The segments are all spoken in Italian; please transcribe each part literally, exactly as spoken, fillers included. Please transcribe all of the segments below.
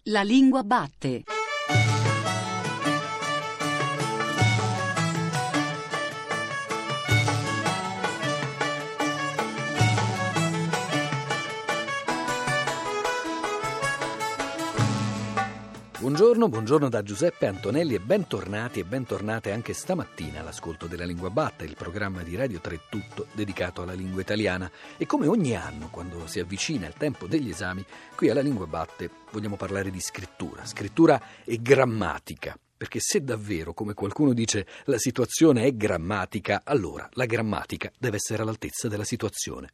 La lingua batte. Buongiorno, buongiorno da Giuseppe Antonelli e bentornati e bentornate anche stamattina all'ascolto della Lingua Batte, il programma di Radio tre Tutto dedicato alla lingua italiana. E come ogni anno, quando si avvicina il tempo degli esami, qui alla Lingua Batte vogliamo parlare di scrittura, scrittura e grammatica. Perché se davvero, come qualcuno dice, la situazione è grammatica, allora la grammatica deve essere all'altezza della situazione.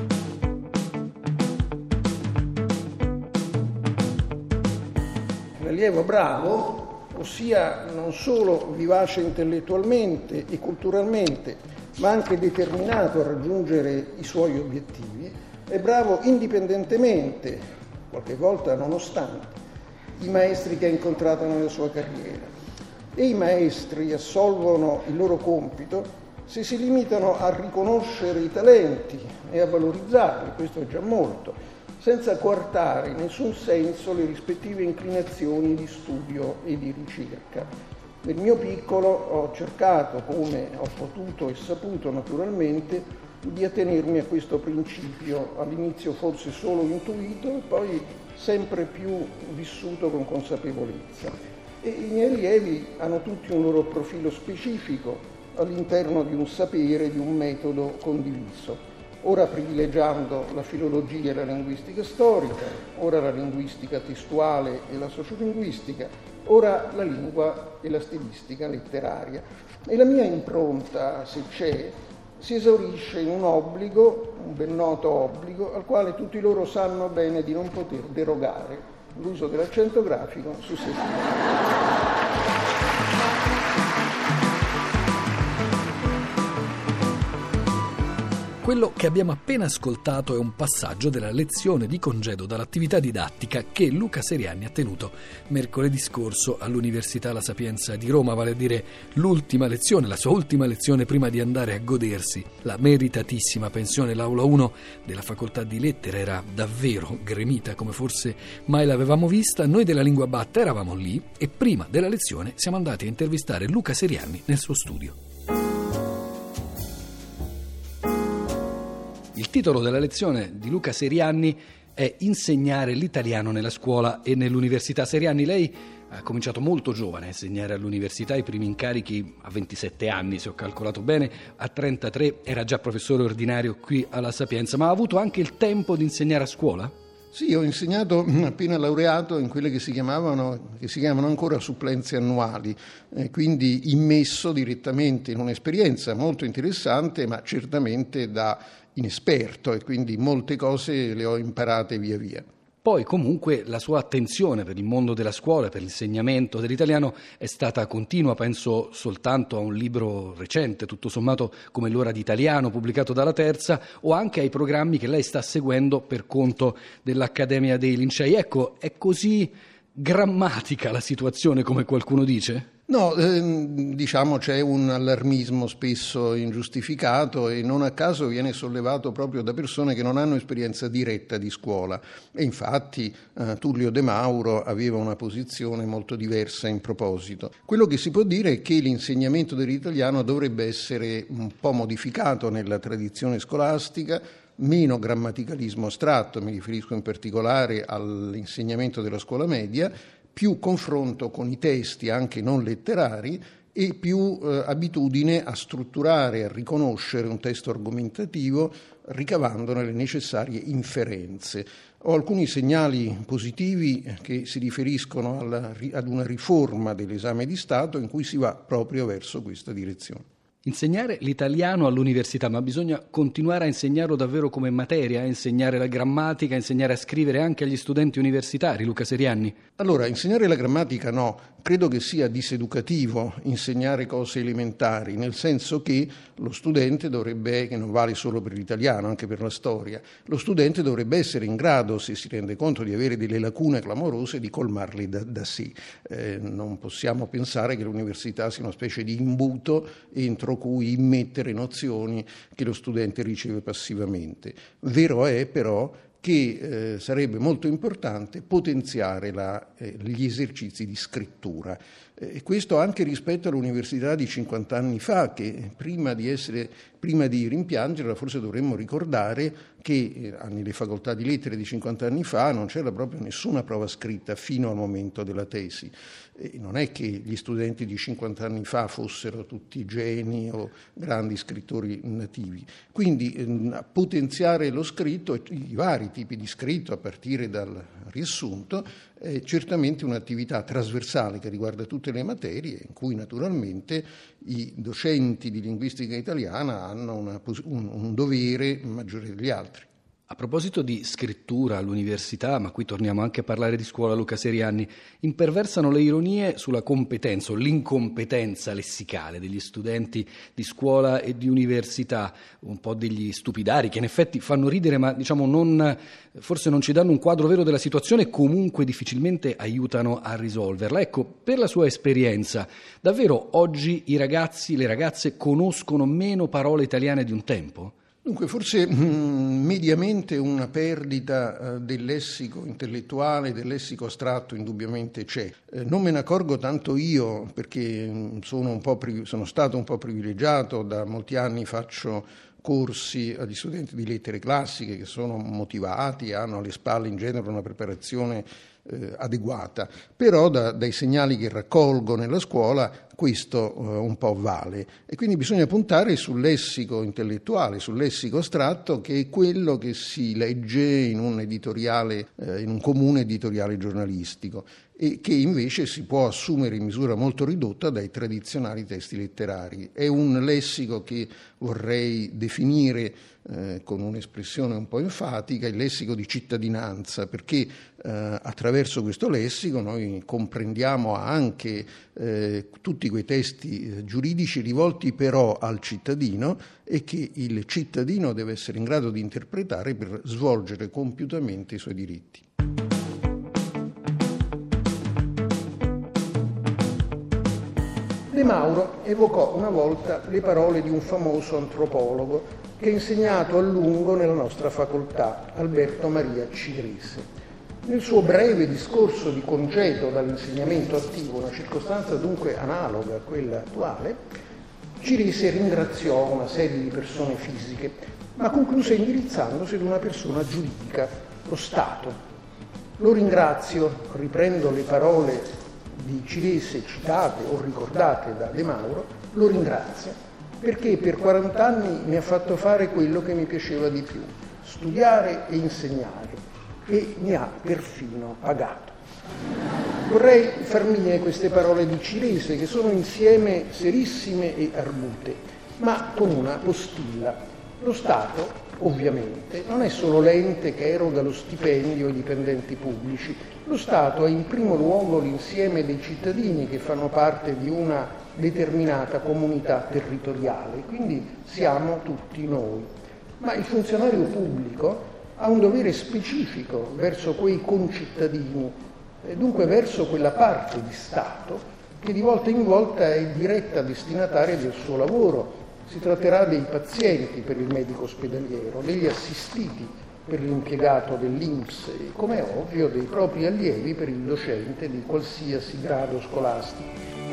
L'allievo bravo, ossia non solo vivace intellettualmente e culturalmente, ma anche determinato a raggiungere i suoi obiettivi, è bravo indipendentemente, qualche volta nonostante, i maestri che ha incontrato nella sua carriera. E i maestri assolvono il loro compito se si limitano a riconoscere i talenti e a valorizzarli, questo è già molto, senza coartare in nessun senso le rispettive inclinazioni di studio e di ricerca. Nel mio piccolo ho cercato, come ho potuto e saputo naturalmente, di attenermi a questo principio, all'inizio forse solo intuito e poi sempre più vissuto con consapevolezza. E i miei allievi hanno tutti un loro profilo specifico all'interno di un sapere, di un metodo condiviso. Ora privilegiando la filologia e la linguistica storica, ora la linguistica testuale e la sociolinguistica, ora la lingua e la stilistica letteraria. E la mia impronta, se c'è, si esaurisce in un obbligo, un ben noto obbligo, al quale tutti loro sanno bene di non poter derogare: l'uso dell'accento grafico su se stessi. Quello che abbiamo appena ascoltato è un passaggio della lezione di congedo dall'attività didattica che Luca Serianni ha tenuto mercoledì scorso all'Università La Sapienza di Roma, vale a dire l'ultima lezione, la sua ultima lezione prima di andare a godersi la meritatissima pensione. L'aula uno della Facoltà di Lettere era davvero gremita come forse mai l'avevamo vista. Noi della Lingua Batte eravamo lì e prima della lezione siamo andati a intervistare Luca Serianni nel suo studio. Il titolo della lezione di Luca Serianni è Insegnare l'italiano nella scuola e nell'università. Serianni, lei ha cominciato molto giovane a insegnare all'università, i primi incarichi a ventisette anni, se ho calcolato bene, a trentatré era già professore ordinario qui alla Sapienza, ma ha avuto anche il tempo di insegnare a scuola? Sì, ho insegnato appena laureato in quelle che si chiamavano, che si chiamano ancora supplenze annuali, eh, quindi immesso direttamente in un'esperienza molto interessante, ma certamente da inesperto, e quindi molte cose le ho imparate via via. Poi comunque la sua attenzione per il mondo della scuola, per l'insegnamento dell'italiano è stata continua. Penso soltanto a un libro recente, tutto sommato come L'ora d'italiano, pubblicato dalla Terza, o anche ai programmi che lei sta seguendo per conto dell'Accademia dei Lincei. Ecco, è così grammatica la situazione come qualcuno dice? No, ehm, diciamo c'è un allarmismo spesso ingiustificato e non a caso viene sollevato proprio da persone che non hanno esperienza diretta di scuola, e infatti eh, Tullio De Mauro aveva una posizione molto diversa in proposito. Quello che si può dire è che l'insegnamento dell'italiano dovrebbe essere un po' modificato nella tradizione scolastica, meno grammaticalismo astratto, mi riferisco in particolare all'insegnamento della scuola media, più confronto con i testi anche non letterari e più eh, abitudine a strutturare, a riconoscere un testo argomentativo ricavandone le necessarie inferenze. Ho alcuni segnali positivi che si riferiscono alla, ad una riforma dell'esame di Stato in cui si va proprio verso questa direzione. Insegnare l'italiano all'università, ma bisogna continuare a insegnarlo davvero come materia, a insegnare la grammatica, a insegnare a scrivere anche agli studenti universitari, Luca Serianni? Allora, insegnare la grammatica no, credo che sia diseducativo insegnare cose elementari, nel senso che lo studente dovrebbe, che non vale solo per l'italiano, anche per la storia, lo studente dovrebbe essere in grado, se si rende conto di avere delle lacune clamorose, di colmarle da, da sé. Eh, non possiamo pensare che l'università sia una specie di imbuto entro cui immettere nozioni che lo studente riceve passivamente. Vero è però che eh, sarebbe molto importante potenziare la, eh, gli esercizi di scrittura. E questo anche rispetto all'università di cinquanta anni fa, che prima di essere, prima di rimpiangerla, forse dovremmo ricordare che eh, nelle facoltà di lettere di cinquanta anni fa non c'era proprio nessuna prova scritta fino al momento della tesi. E non è che gli studenti di cinquanta anni fa fossero tutti geni o grandi scrittori nativi. Quindi eh, potenziare lo scritto, i vari tipi di scritto, a partire dal riassunto, è certamente un'attività trasversale che riguarda tutte le materie, in cui naturalmente i docenti di linguistica italiana hanno una, un, un dovere maggiore degli altri. A proposito di scrittura all'università, ma qui torniamo anche a parlare di scuola, Luca Serianni, imperversano le ironie sulla competenza o l'incompetenza lessicale degli studenti di scuola e di università, un po' degli stupidari che in effetti fanno ridere, ma diciamo non, forse non ci danno un quadro vero della situazione e comunque difficilmente aiutano a risolverla. Ecco, per la sua esperienza, davvero oggi i ragazzi, le ragazze conoscono meno parole italiane di un tempo? Dunque, forse mh, mediamente una perdita eh, del lessico intellettuale, del lessico astratto indubbiamente c'è. Eh, non me ne accorgo tanto io, perché mh, sono, un po' pri- sono stato un po' privilegiato, da molti anni faccio corsi agli studenti di lettere classiche che sono motivati, hanno alle spalle in genere una preparazione eh, adeguata, però da, dai segnali che raccolgo nella scuola questo eh, un po' vale, e quindi bisogna puntare sul lessico intellettuale, sul lessico astratto, che è quello che si legge in un editoriale, eh, in un comune editoriale giornalistico, e che invece si può assumere in misura molto ridotta dai tradizionali testi letterari. È un lessico che vorrei definire eh, con un'espressione un po' enfatica, il lessico di cittadinanza, perché eh, attraverso questo lessico noi comprendiamo anche eh, tutti quei testi eh, giuridici rivolti però al cittadino, e che il cittadino deve essere in grado di interpretare per svolgere compiutamente i suoi diritti. De Mauro evocò una volta le parole di un famoso antropologo che ha insegnato a lungo nella nostra facoltà, Alberto Maria Cirese. Nel suo breve discorso di congedo dall'insegnamento attivo, una circostanza dunque analoga a quella attuale, Cirese ringraziò una serie di persone fisiche, ma concluse indirizzandosi ad una persona giuridica, lo Stato. Lo ringrazio, riprendo le parole di Cirese citate o ricordate da De Mauro, lo ringrazio perché per quaranta anni mi ha fatto fare quello che mi piaceva di più, studiare e insegnare, e mi ha perfino pagato. Vorrei far mie queste parole di Cirese, che sono insieme serissime e argute, ma con una postilla. Lo Stato, ovviamente, non è solo l'ente che eroga lo stipendio ai dipendenti pubblici. Lo Stato è in primo luogo l'insieme dei cittadini che fanno parte di una determinata comunità territoriale, quindi siamo tutti noi. Ma il funzionario pubblico ha un dovere specifico verso quei concittadini, e dunque verso quella parte di Stato che di volta in volta è diretta destinataria del suo lavoro. Si tratterà dei pazienti per il medico ospedaliero, degli assistiti per l'impiegato dell'I N P S e, come è ovvio, dei propri allievi per il docente di qualsiasi grado scolastico.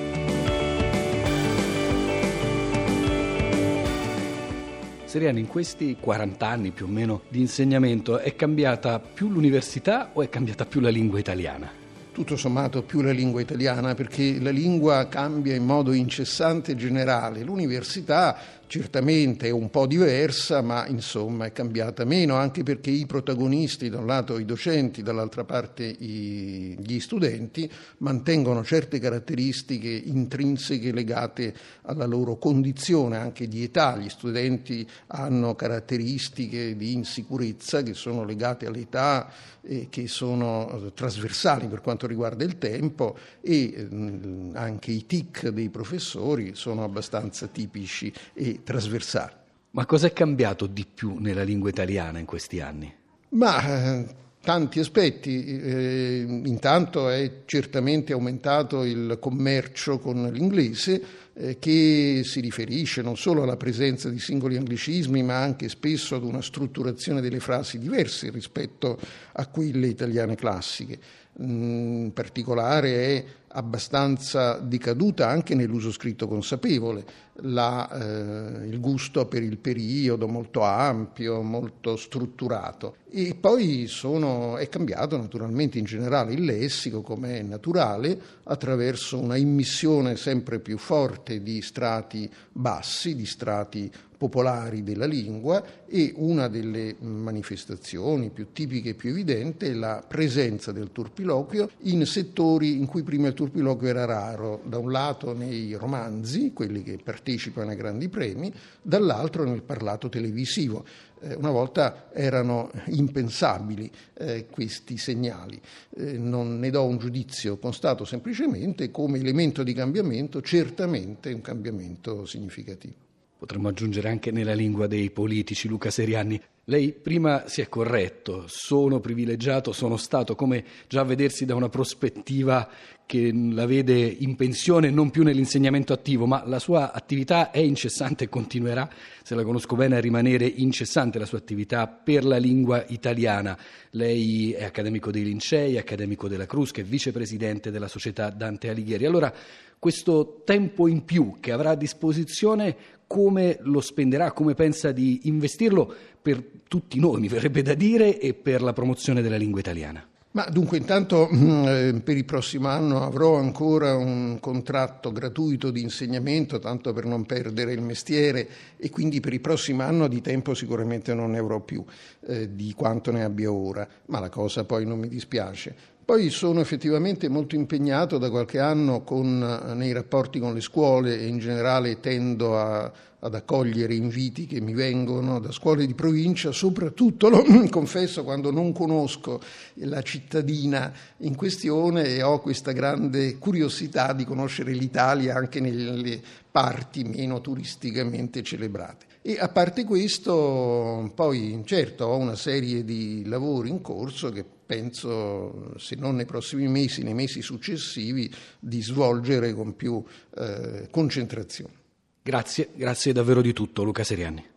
Serianni, in questi quaranta anni più o meno di insegnamento è cambiata più l'università o è cambiata più la lingua italiana? Tutto sommato più la lingua italiana, perché la lingua cambia in modo incessante e generale. L'università certamente è un po' diversa, ma insomma è cambiata meno, anche perché i protagonisti, da un lato i docenti, dall'altra parte i, gli studenti, mantengono certe caratteristiche intrinseche legate alla loro condizione anche di età. Gli studenti hanno caratteristiche di insicurezza che sono legate all'età e che sono trasversali per quanto riguarda il tempo, e mh, anche i tic dei professori sono abbastanza tipici e trasversali. Ma cosa è cambiato di più nella lingua italiana in questi anni? Ma eh, tanti aspetti. Eh, intanto è certamente aumentato il commercio con l'inglese, eh, che si riferisce non solo alla presenza di singoli anglicismi, ma anche spesso ad una strutturazione delle frasi diverse rispetto a quelle italiane classiche. In particolare è abbastanza decaduta anche nell'uso scritto consapevole la, eh, il gusto per il periodo molto ampio, molto strutturato. E poi sono, è cambiato naturalmente in generale il lessico, come è naturale, attraverso una immissione sempre più forte di strati bassi, di strati popolari della lingua, e una delle manifestazioni più tipiche e più evidenti è la presenza del turpiloquio in settori in cui prima il turpiloquio era raro, da un lato nei romanzi, quelli che partecipano ai grandi premi, dall'altro nel parlato televisivo. Eh, una volta erano impensabili eh, questi segnali. Eh, non ne do un giudizio, constato semplicemente come elemento di cambiamento, certamente un cambiamento significativo. Potremmo aggiungere anche nella lingua dei politici. Luca Serianni, lei prima si è corretto, sono privilegiato, sono stato, come già a vedersi da una prospettiva che la vede in pensione, non più nell'insegnamento attivo, ma la sua attività è incessante e continuerà, se la conosco bene, a rimanere incessante la sua attività per la lingua italiana. Lei è accademico dei Lincei, accademico della Crusca, è vicepresidente della Società Dante Alighieri. Allora, questo tempo in più che avrà a disposizione, come lo spenderà, come pensa di investirlo per tutti noi, mi verrebbe da dire, e per la promozione della lingua italiana? Ma dunque, intanto eh, per il prossimo anno avrò ancora un contratto gratuito di insegnamento, tanto per non perdere il mestiere, e quindi per il prossimo anno di tempo sicuramente non ne avrò più eh, di quanto ne abbia ora, ma la cosa poi non mi dispiace. Poi sono effettivamente molto impegnato da qualche anno con, nei rapporti con le scuole, e in generale tendo a, ad accogliere inviti che mi vengono da scuole di provincia, soprattutto, lo confesso, quando non conosco la cittadina in questione e ho questa grande curiosità di conoscere l'Italia anche nelle parti meno turisticamente celebrate. E a parte questo, poi certo ho una serie di lavori in corso che penso, se non nei prossimi mesi, nei mesi successivi, di svolgere con più eh, concentrazione. Grazie, grazie davvero di tutto, Luca Serianni.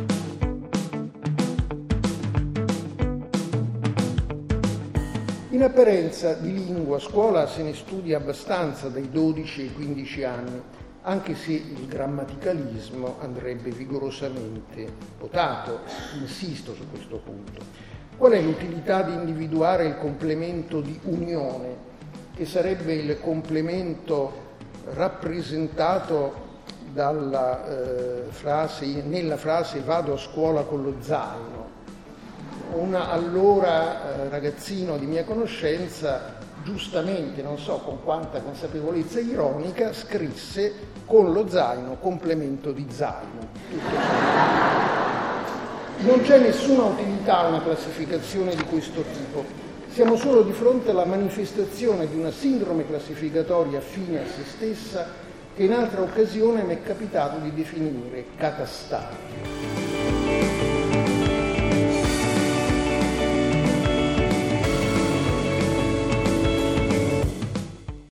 In apparenza di lingua a scuola se ne studia abbastanza dai dodici ai quindici anni, anche se il grammaticalismo andrebbe vigorosamente potato. Insisto su questo punto. Qual è l'utilità di individuare il complemento di unione, che sarebbe il complemento rappresentato dalla eh, frase, nella frase "vado a scuola con lo zaino"? Un allora eh, ragazzino di mia conoscenza, giustamente, non so con quanta consapevolezza ironica, scrisse "con lo zaino, complemento di zaino". Tutto non c'è nessuna utilità a una classificazione di questo tipo. Siamo solo di fronte alla manifestazione di una sindrome classificatoria fine a se stessa, che in altra occasione mi è capitato di definire catastatica.